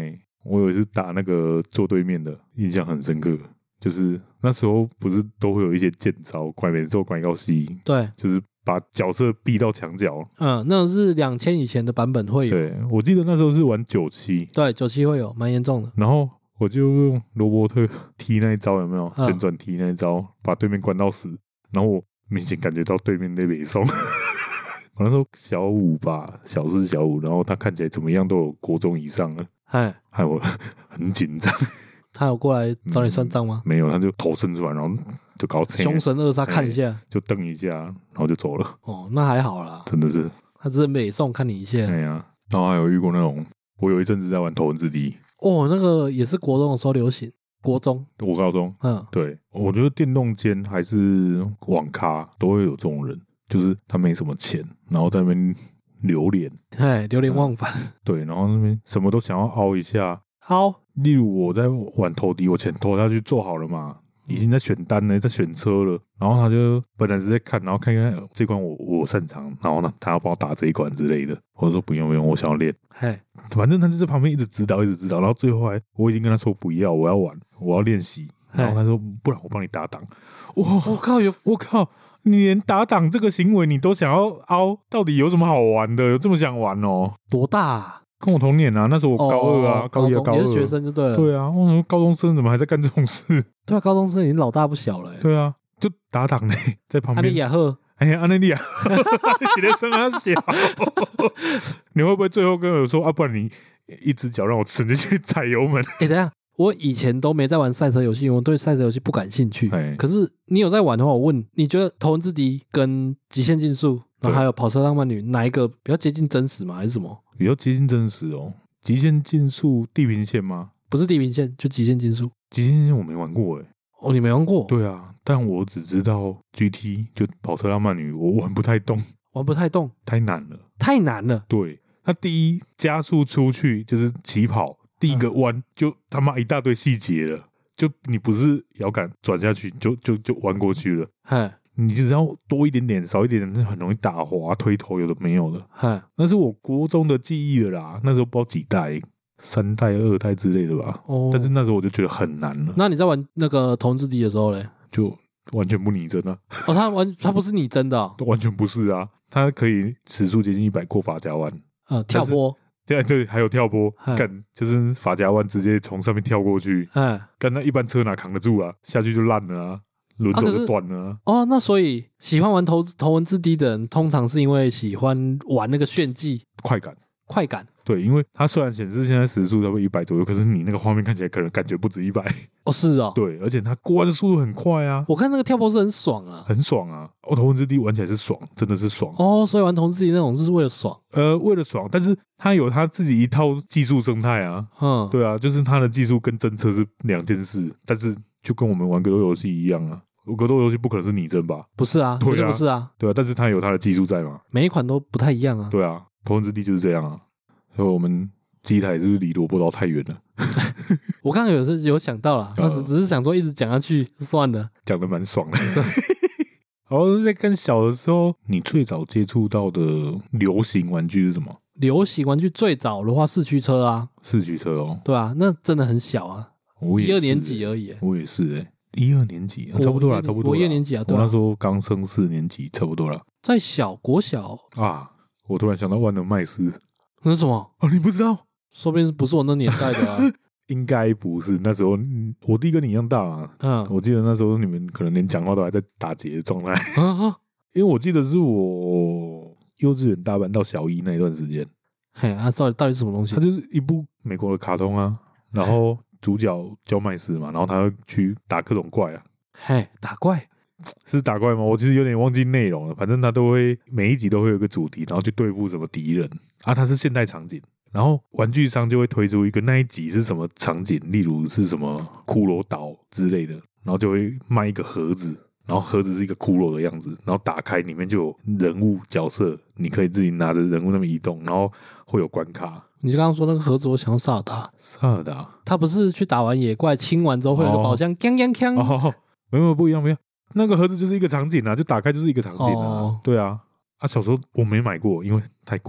我有一次打那个坐对面的，印象很深刻。就是那时候不是都会有一些剑招，拐美咒、拐高西， 对， 就是把角色逼到墙角。 那是2000以前的版本会有。 对，我记得那时候是玩97， 对，97会有，蛮严重的。 然后我就用罗伯特踢那一招，有没有？旋转踢那一招，把对面关到死。然后我明显感觉到对面那北宋。我那时候小5吧，小4、小5，然后他看起来怎么样都有国中以上了，害我很紧张。 他有过来找你算账吗？ 没有，他就头伸出来，然后就搞凶神恶煞看一下， 就瞪一下，然后就走了。 哦，那还好啦， 真的是， 他只是美送看你一下。 对呀，然后还有遇过那种，我有一阵子在玩头文字 D。 哦，那个也是国中的时候流行，国中， 我高中，对，我觉得电动间还是网咖都会有这种人，就是他没什么钱，然后在那边流连， 流连忘返， 对，然后那边什么都想要凹一下，例如我在玩头敌，我钱投下去做好了嘛，已经在选单了，在选车了，然后他就本来是在看，然后看看这关我擅长，然后呢他要帮我打这一关之类的，我说不用，我想要练，反正他就在旁边一直指导，然后最后我已经跟他说不要，我要玩，我要练习，然后他说不然我帮你打档，我靠，你连打档这个行为你都想要凹，到底有什么好玩的？有这么想玩哦？ 多大啊？ 跟我同年啊，那时候我高2啊，高1、高2， 你是学生就对了。 对啊，为什么高中生怎么还在干这种事？ 对啊，高中生已经老大不小了。 对啊，就打档呢，在旁边。 安利亚赫， 安利亚，写的声啊小。你会不会最后跟我说啊？不然你一只脚让我吃进去踩油门？ 等一下，我以前都没在玩赛车游戏，我对赛车游戏不感兴趣。可是你有在玩的话，我问你觉得头文字 D 跟极限竞速，然后还有跑车浪漫女，哪一个比较接近真实吗？还是什么？ 比较接近真实哦。极限竞速地平线吗？ 不是地平线，就极限竞速。 极限竞速我没玩过哦，你没玩过？ 对啊，但我只知道 GT 就跑车浪漫女，我玩不太动，太难了。对，它第一加速出去就是起跑，第一个弯就他妈一大堆细节了，就你不是摇杆转下去就弯过去了，你只要多一点点少一点点，很容易打滑推头，有的没有的。那是我国中的记忆了啦，那时候不知道几代，3代2代之类的吧。但是那时候我就觉得很难了。 那你在玩那个头文字 D 的时候嘞， 就完全不拟真啊。 他不是拟真的哦， 完全不是啊，他可以时速接近100过法夹弯， 跳坡。 对，还有跳坡，干就是法夹弯直接从上面跳过去，干那一般车哪扛得住啊？下去就烂了啊。轮轴就断了那所以喜欢玩头文字 D 的人，通常是因为喜欢玩那个炫技快感。 对，因为它虽然显示现在时速差不多100左右，可是你那个画面看起来可能感觉不止100。 是哦。 对，而且它过弯的速度很快啊。 我看那个跳坡是很爽啊， 头文字 D 玩起来是爽，真的是爽。 所以玩头文字 D 那种是为了爽。 为了爽，但是它有它自己一套技术生态啊。对啊，就是它的技术跟真车是2件事，但是就跟我们玩格斗游戏一样啊。格斗游戏不可能是拟真吧？ 不是啊， 对啊， 不是啊， 对啊，但是它有它的技术在嘛， 每一款都不太一样啊。 对啊，头文字 D 就是这样啊，所以我们机台是不是离萝卜刀太远了？ 我刚刚有想到了，当时只是想说一直讲下去算了， 讲得蛮爽的。然后在更小的时候，你最早接触到的流行玩具是什么？ 流行玩具最早的话，四驱车啊， 四驱车哦， 对啊，那真的很小啊，我1、2年级而已。 我也是1、2年级差不多啦，我 1、2年级啊，对啊， 我那时候刚升4年级，差不多了。 在国小啊，我突然想到万能麦斯， 那是什么？ 你不知道？ 说不定不是我那年代的啊。 应该不是，那时候我弟跟你一样大啊。我记得那时候你们可能连讲话都还在打结的状态。因为我记得是我幼稚园大班到小1那一段时间。 到底是什么东西？ 它就是一部美国的卡通啊，然后主角叫麦斯嘛，然后他会去打各种怪啊。 打怪是打怪吗？我其实有点忘记内容了。反正他都会每一集都会有一个主题，然后去对付什么敌人啊。它是现代场景，然后玩具商就会推出一个那一集是什么场景，例如是什么骷髅岛之类的，然后就会卖一个盒子，然后盒子是一个骷髅的样子，然后打开里面就有人物角色，你可以自己拿着人物那么移动，然后会有关卡。 你刚刚说那个盒子，我想要萨尔达，他不是去打完野怪清完之后会有个宝箱，锵锵锵。 没有不一样，那个盒子就是一个场景啊，就打开就是一个场景啊。对啊，小时候我没买过，因为太贵了。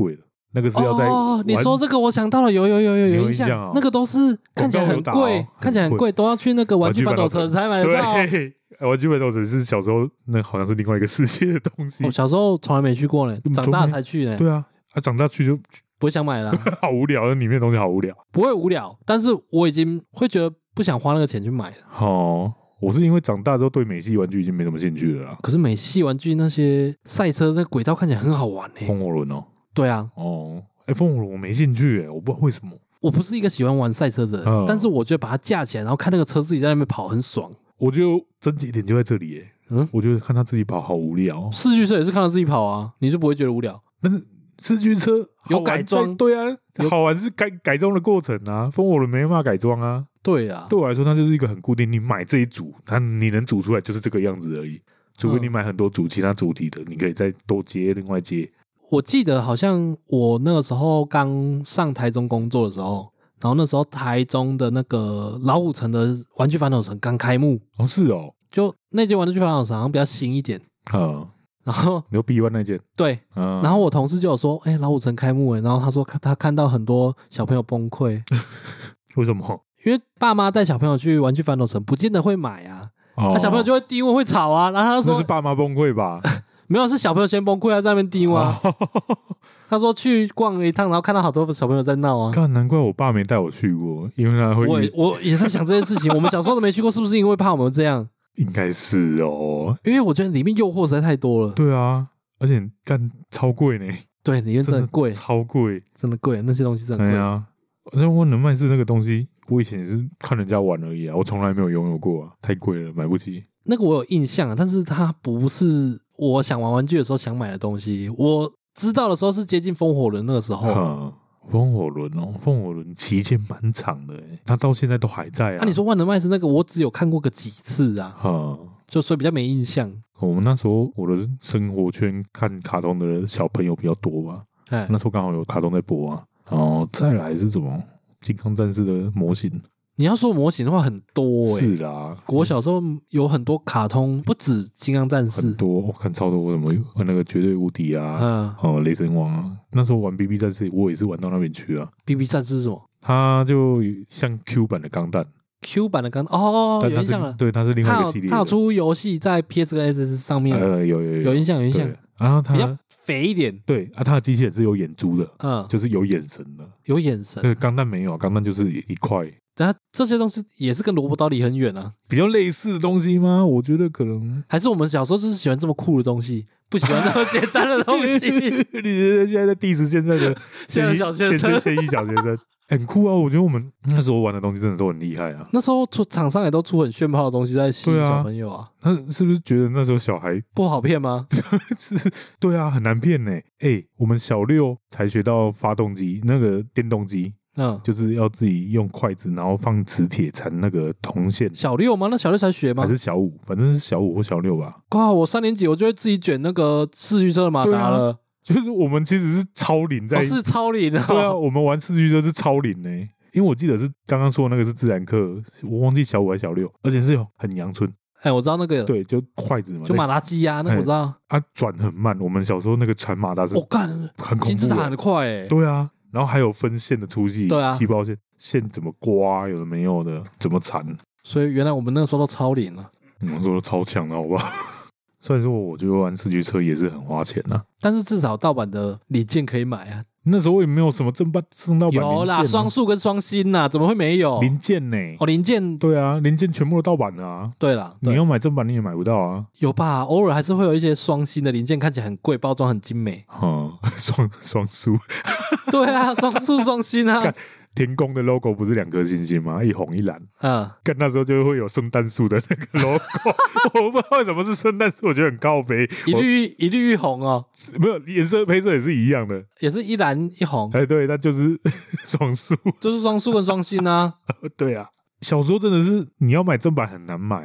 那个是要在你说这个我想到了，有印象，那个都是看起来很贵，看起来很贵，都要去那个玩具反斗城才买得到。 对，玩具反斗城是小时候那好像是另外一个世界的东西。 我小时候从来没去过呢，长大才去呢。 对啊，长大去就不会想买了， 好无聊，那里面的东西好无聊。 不会无聊，但是我已经会觉得不想花那个钱去买了。 哦，我是因为长大之后对美系玩具已经没什么兴趣了啦。 可是美系玩具那些赛车那轨道看起来很好玩风火轮哦。 对啊。 哦，风火轮我没兴趣我不知道为什么。 我不是一个喜欢玩赛车的人，但是我觉得把它架起来，然后看那个车自己在那边跑很爽。 我觉得症结点就在这里我觉得看他自己跑好无聊。 四驱车也是看到自己跑啊，你就不会觉得无聊。 但是四驱车有改装， 对啊，好玩是改装的过程啊。风火轮没办法改装啊。 对啊， 对我来说它就是一个很固定，你买这一组，你能组出来就是这个样子而已。除非你买很多组其他主体的，你可以再多接另外接。 我记得好像我那个时候刚上台中工作的时候，然后那时候台中的那个老虎城的玩具反斗城刚开幕。 哦，是哦， 就那间玩具反斗城好像比较新一点。然后你有 B1 那件？ 对，然后我同事就有说，老虎城开幕然后他说他看到很多小朋友崩溃。 为什么？ 因为爸妈带小朋友去玩具反斗城，不见得会买啊。那小朋友就会低温会吵啊，然后他说那是爸妈崩溃吧？ 没有，是小朋友先崩溃，他在那边低温啊。他说去逛了一趟，然后看到好多小朋友在闹啊。 难怪我爸没带我去过，因为他会。 我也在想这件事情。我们小时候都没去过，是不是因为怕我们这样？ 应该是哦， 因为我觉得里面诱惑实在太多了。 对啊，而且超贵呢。 对，里面真的贵， 超贵， 真的贵，那些东西真的贵。 对啊，而且我能卖是那个东西，我以前也是看人家玩而已啊，我从来没有拥有过啊，太贵了，买不起。 那个我有印象，但是它不是我想玩玩具的时候想买的东西。我知道的时候是接近风火轮那个时候。 风火轮风火轮期间蛮长的它到现在都还在啊。 那你说万能麦斯那个，我只有看过个几次啊，就所以比较没印象。 我们那时候我的生活圈看卡通的小朋友比较多吧，那时候刚好有卡通在播啊。然后再来是什么金刚战士的模型。 你要说模型的话很多是啦， 我小时候有很多卡通，不止金刚战士， 很多我看超多，什么那个绝对无敌啊，雷神王啊。那时候玩 BB 战士，我也是玩到那边去啊。 BB 战士是什么？ 它就像 Q 版的钢弹。 Q 版的钢弹有印象了。 对，它是另外一个系列。 它有出游戏在 PS 跟 SS 上面。有印象有印象。 然后它比较肥一点。 对啊，它的机器人是有眼珠的，就是有眼神的。 有眼神。 对，钢弹没有，钢弹就是一块。 但这些东西也是跟萝卜刀离很远啊。 比较类似的东西吗？我觉得可能还是我们小时候就是喜欢这么酷的东西，不喜欢这么简单的东西。 你现在在 diss 现在的小学生， 现役小学生很酷啊！我觉得我们那时候玩的东西真的都很厉害啊。 那时候厂商也都出很炫炮的东西在吸引小朋友啊。 那是不是觉得那时候小孩不好骗吗？ 对啊，很难骗呢。我们小6才学到发动机，那个电动机。就是要自己用筷子，然后放磁铁缠那个铜线。 小6吗？那小6才学吗？ 还是小5？反正是小5或小6吧。 哇，我3年级我就会自己卷那个四驱车的马达了。 就是我们其实是超龄在， 是超龄啊。 对啊，我们玩四驱车是超龄呢。因为我记得是刚刚说的那个是自然课，我忘记小5还是小6，而且是有很阳春。 我知道那个， 对，就筷子嘛， 就马达机啊，那我知道。 转很慢。我们小时候那个传马达是，很恐怖， 金字塔很快对啊。然后还有分线的粗细， 对啊， 气泡线怎么刮，有的没有的，怎么缠。 所以原来我们那个时候都超龄了。 我们说都超强了，好不好？虽然说我觉得玩四驱车也是很花钱啊， 但是至少盗版的零件可以买啊。 那时候也没有什么正盗版有啦，双速跟双星呐，怎么会没有零件呢？ 零件， 对啊，零件全部都盗版的啊。 对啦， 你要买正版你也买不到啊。 有吧？偶尔还是会有一些双星的零件，看起来很贵，包装很精美。 双速， 对啊，双速双星啊。 天宫的 logo 不是2颗星星吗？一红一蓝。跟那时候就会有圣诞树的那个 logo， 我不知道为什么是圣诞树，我觉得很靠北。 一绿一红哦， 没有颜色配色也是一样的， 也是一蓝一红。 对，那就是双速， 就是双速跟双星啊。 对啊，小时候真的是你要买正版很难买，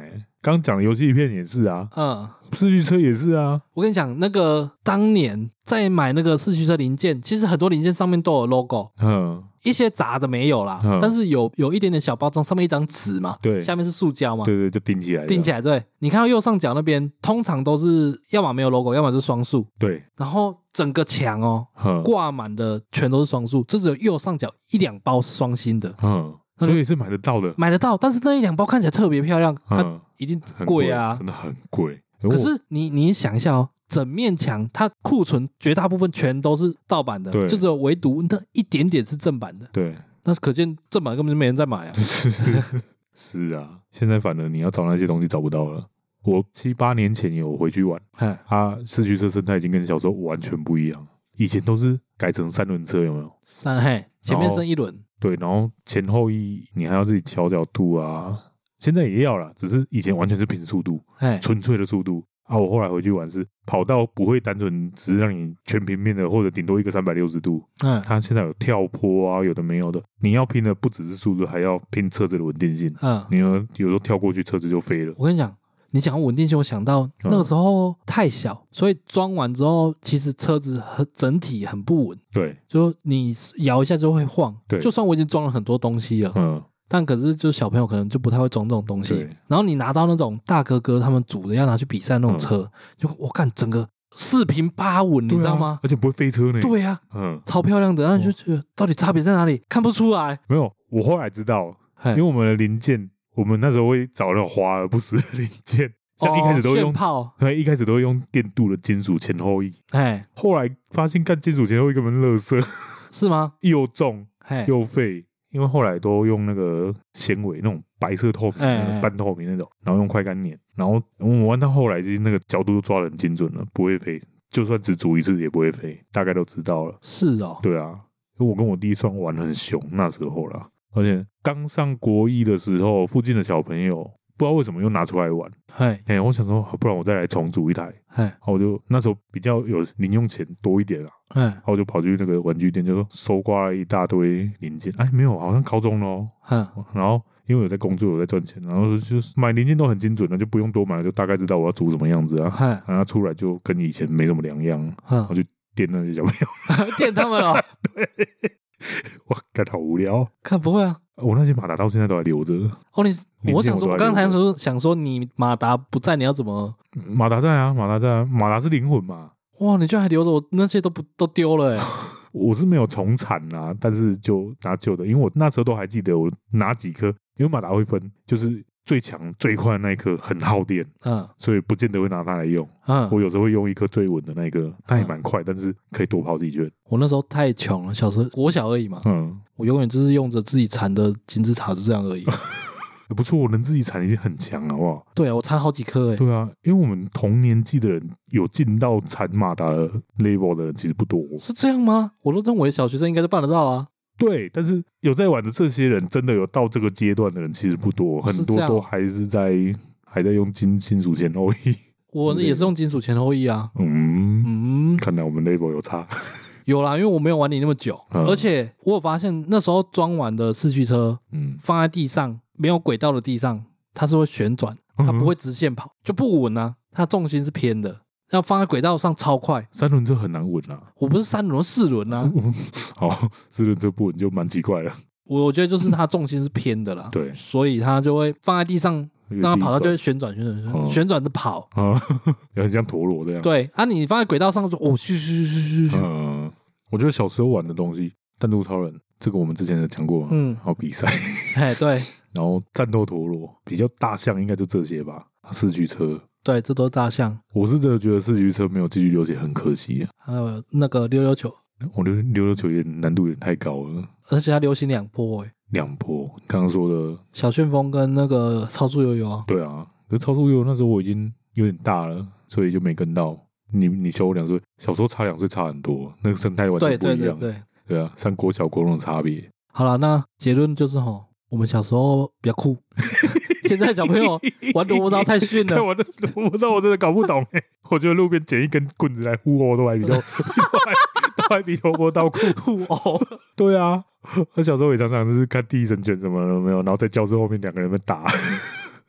刚讲的游戏片也是啊，四驱车也是啊。 我跟你讲，那个当年在买那个四驱车零件，其实很多零件上面都有 logo， 一些杂的没有啦，但是有一点点小包装，上面一张纸嘛， 对， 下面是塑胶嘛， 对对，就钉起来， 对，你看到右上角那边，通常都是要么没有 logo， 要么是双数， 对， 然后整个墙挂满的全都是双数，就只有右上角1-2包双星的， 所以是买得到的， 但是那1-2包看起来特别漂亮，它一定贵啊， 真的很贵。 可是你想一下哦，整面墙它库存绝大部分全都是盗版的，就只有唯独那一点点是正版的。 对， 那可见正版根本就没人在买啊。 是啊，现在反而你要找那些东西找不到了。我7、8年前有回去玩，四驱车生态已经跟小时候完全不一样。以前都是改成3轮车，有没有？ 前面剩1轮。 对，然后前后翼你还要自己调角度啊。现在也要啦，只是以前完全是凭速度，纯粹的速度啊！我后来回去玩是跑道不会单纯只是让你全平面的，或者顶多一个360度。它现在有跳坡啊，有的没有的。你要拼的不只是速度，还要拼车子的稳定性。你有时候跳过去，车子就飞了。 我跟你讲，你讲稳定性，我想到那个时候太小，所以装完之后，其实车子整体很不稳。 对， 就你摇一下就会晃。 对， 就算我已经装了很多东西了，但可是就是小朋友可能就不太会装这种东西，然后你拿到那种大哥哥他们组的要拿去比赛那种车，就我看整个4平8稳，你知道吗？ 而且不会飞车呢。 对啊，超漂亮的，然后你就觉得到底差别在哪里？看不出来。 没有，我后来知道，因为我们的零件，我们那时候会找那种华而不实的零件，像一开始都用一开始都会用电镀的金属前后翼，后来发现干金属前后翼根本垃圾，是吗？ 又重又废。因为后来都用那个纤维，那种白色透明、半透明那种，然后用快干粘，然后我们玩到后来，就是那个角度都抓得很精准了，不会飞，就算只煮一次也不会飞，大概都知道了。 是哦， 对啊，我跟我弟算玩得很凶那时候啦，而且刚上国一的时候，附近的小朋友不知道为什么又拿出来玩，我想说，不然我再来重组一台，我就那时候比较有零用钱多一点啦，然后我就跑去那个玩具店，就搜刮了一大堆零件，没有，好像高中咯，然后因为我在工作，我在赚钱，然后就是买零件都很精准的，就不用多买，就大概知道我要组什么样子啊，然后出来就跟以前没什么两样，我就电那些小朋友， 电他们了， 对，我感好无聊， 看不会啊。 我那些马达到现在都还留着。 我想说，我刚才想说，你马达不在，你要怎么？ 马达在啊，马达是灵魂嘛。 哇，你居然还留着，我那些都丢了我是没有重产啊，但是就拿旧的，因为我那时候都还记得我拿几颗，因为马达会分，就是最强最快的那一颗很耗电，所以不见得会拿它来用。我有时候会用一颗最稳的那一颗，它也蛮快，但是可以多跑几圈。 我那时候太穷了，小时候国小而已嘛，我永远就是用着自己缠的金字塔，就这样而已。 不错，我能自己缠已经很强了，好不好？ 对啊，我缠好几颗对啊，因为我们同年纪的人有进到缠马达的 level 的人其实不多。 是这样吗？我都认为小学生应该就办得到啊。 对，但是有在玩的这些人，真的有到这个阶段的人其实不多，很多都还在用金属前后翼。 我也是用金属前后翼啊。 看来我们 level 有差。 有啦，因为我没有玩你那么久，而且我有发现那时候装完的四驱车，放在地上没有轨道的地上，它是会旋转，它不会直线跑，就不稳啊，它重心是偏的。要放在轨道上超快 ，3轮车很难稳啊。 我不是3轮，4轮啊。 好，4轮车不稳就蛮奇怪了。 我觉得就是它重心是偏的啦， 对， 所以它就会放在地上，让它跑，它就会旋转的跑， 很像陀螺这样。 对啊，你放在轨道上就嘘。 我觉得小时候玩的东西，弹珠超人这个我们之前有讲过，好比赛， 对， 然后战斗陀螺比较大象应该就这些吧，四驱车。 对，这都是大象。 我是真的觉得四驱车没有继续流行很可惜。 还有那个溜溜球， 我溜溜球也难度也太高了， 而且它流行2波 2波。刚刚说的小旋风跟那个超速悠悠啊。 对啊，可是超速悠悠那时候我已经有点大了，所以就没跟到。你小我2岁，小时候差2岁差很多，那个生态完全不一样。对啊，像国小国中的差别。 好了，那结论就是我们小时候比较酷。现在小朋友玩萝卜刀太逊了， 玩萝卜刀我真的搞不懂。我觉得路边捡一根棍子来互殴都还比萝卜刀酷。 互殴？ 对啊，我小时候也常常就是看第一神拳什么都没有，然后在教室后面2个人在打。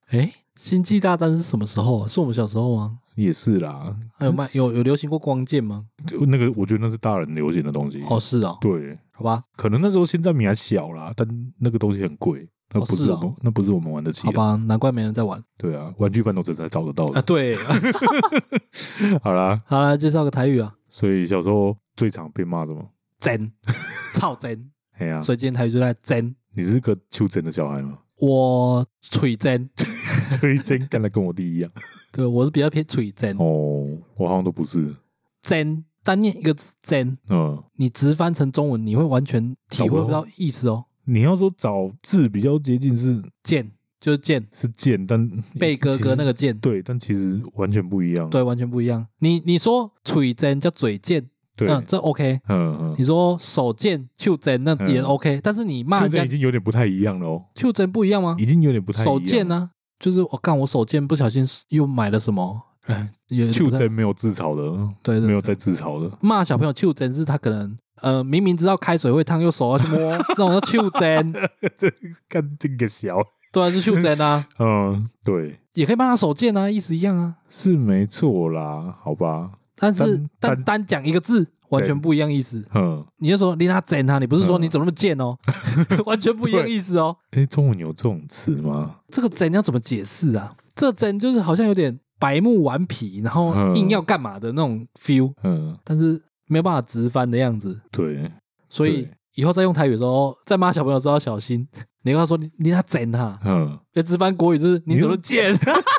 星际大战是什么时候？是我们小时候吗？ 也是啦。 有流行过光剑吗？ 那个我觉得那是大人流行的东西。 哦，是哦。 对， 好吧， 可能那时候现在米还小啦，但那个东西很贵。那不是我们玩得起。 好吧，难怪没人在玩。 对啊，玩具反斗城才找得到的。 对。 好啦， 介绍个台语啊。 所以小时候最常被骂什么？ 真，超真。 哎呀， 所以今天台语就在真。 你是个秋真的小孩吗？ 我嘴真， 嘴真，干的跟我弟一样。 对，我是比较偏嘴真。 哦，我好像都不是。 真，单念一个字真。你直翻成中文，你会完全体会不到意思哦。 你要说找字比较接近是剑，就是剑， 是剑，但贝哥哥那个剑， 对，但其实完全不一样。 对，完全不一样。你说嘴真叫嘴贱， 对， 这 OK。你说手贱、手真那也 OK，但是你骂人家已经有点不太一样了哦。 手真不一样吗？ 已经有点不太一样。 手贱呢，就是我手贱不小心又买了什么。 手真没有自嘲的，对，没有在自嘲的。 骂小朋友手真是他可能明明知道开水会烫，又手要去摸，那种叫手真。 这看这个小， 对啊，是手真啊。 对， 也可以骂他手贱啊，意思一样啊， 是没错啦，好吧。 但是单讲一个字，完全不一样意思。你就说你他真啊，你不是说你怎么那么贱哦，完全不一样意思哦。 中文有这种词吗？ 这个真要怎么解释啊？这真就是好像有点白目顽皮，然后硬要干嘛的那种 feel。但是没有办法直翻的样子。对，所以以后在用台语的时候，在骂小朋友的时候要小心。你跟他说你他真啊，直翻国语就是你怎么贱。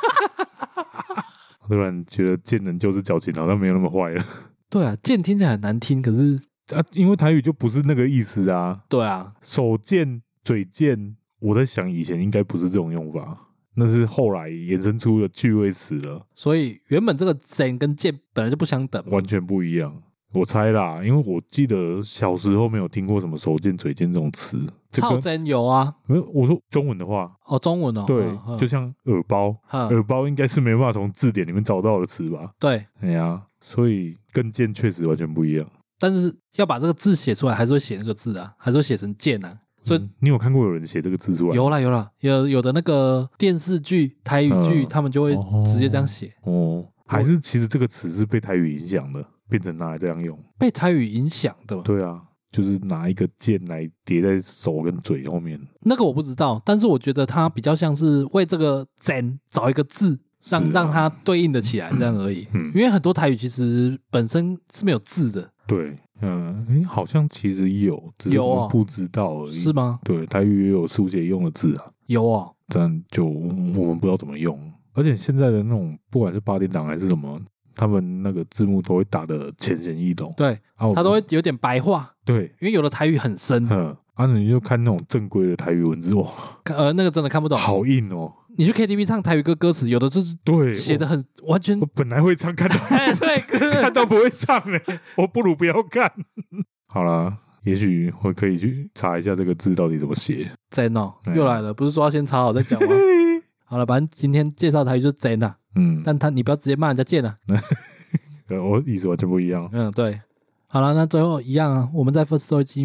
突然觉得贱人就是矫情，好像没有那么坏了。 对啊，贱听起来很难听，可是因为台语就不是那个意思啊。 对啊， 手贱、嘴贱，我在想以前应该不是这种用法，那是后来衍生出的趣味词了。所以原本这个真跟贱本来就不相等， 完全不一样。我猜啦，因为我记得小时候没有听过什么手贱、嘴贱这种词。 超真有啊， 没有。我说中文的话， 中文哦， 对，就像耳包，耳包应该是没办法从字典里面找到的词吧？对，哎呀，所以跟贱确实完全不一样。 但是要把这个字写出来，还是会写那个字啊，还是会写成贱啊。所以你有看过有人写这个字出来？ 有啦，有的那个电视剧、台语剧，他们就会直接这样写。 还是其实这个词是被台语影响的，变成拿来这样用？ 被台语影响的？ 对啊。就是拿一个剑来叠在手跟嘴后面， 那个我不知道，但是我觉得它比较像是为这个真找一个字，让它对应的起来这样而已。因为很多台语其实本身是没有字的。对， 好像其实有，只是我们不知道而已。是吗？对，台语也有书写用的字啊。有哦，但就我们不知道怎么用。而且现在的那种，不管是8点档还是什么。他们那个字幕都会打得浅显易懂，对，他都会有点白话，对，因为有的台语很深，你就看那种正规的台语文字，哇，那个真的看不懂，好硬哦。你去 KTV 唱台语歌，歌词有的就是对写的很完全，我本来会唱，看到对，看到不会唱我不如不要看。好啦，也许我可以去查一下这个字到底怎么写。真哦，又来了，不是说要先查好再讲吗？好了，反正今天介绍台语就是真啊。但你不要直接骂人家贱啊。我意思完全不一样。对。好了，那最后一样啊，我们在 Firstory 及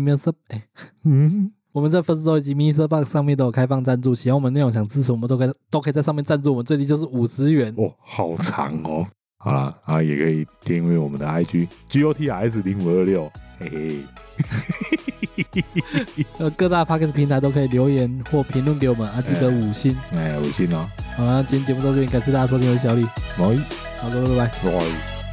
MixerBox 上面都有开放赞助，喜欢我们内容想支持我们都可以在上面赞助，我们最低就是50元。哦，好长哦。好啦，也可以订阅我们的 IG GOTRS0526，嘿嘿。各大 Podcast 平台都可以留言或评论给我们记得5星，5星哦。好了，今天节目到这边，感谢大家收听，我是小李，好，各位拜拜。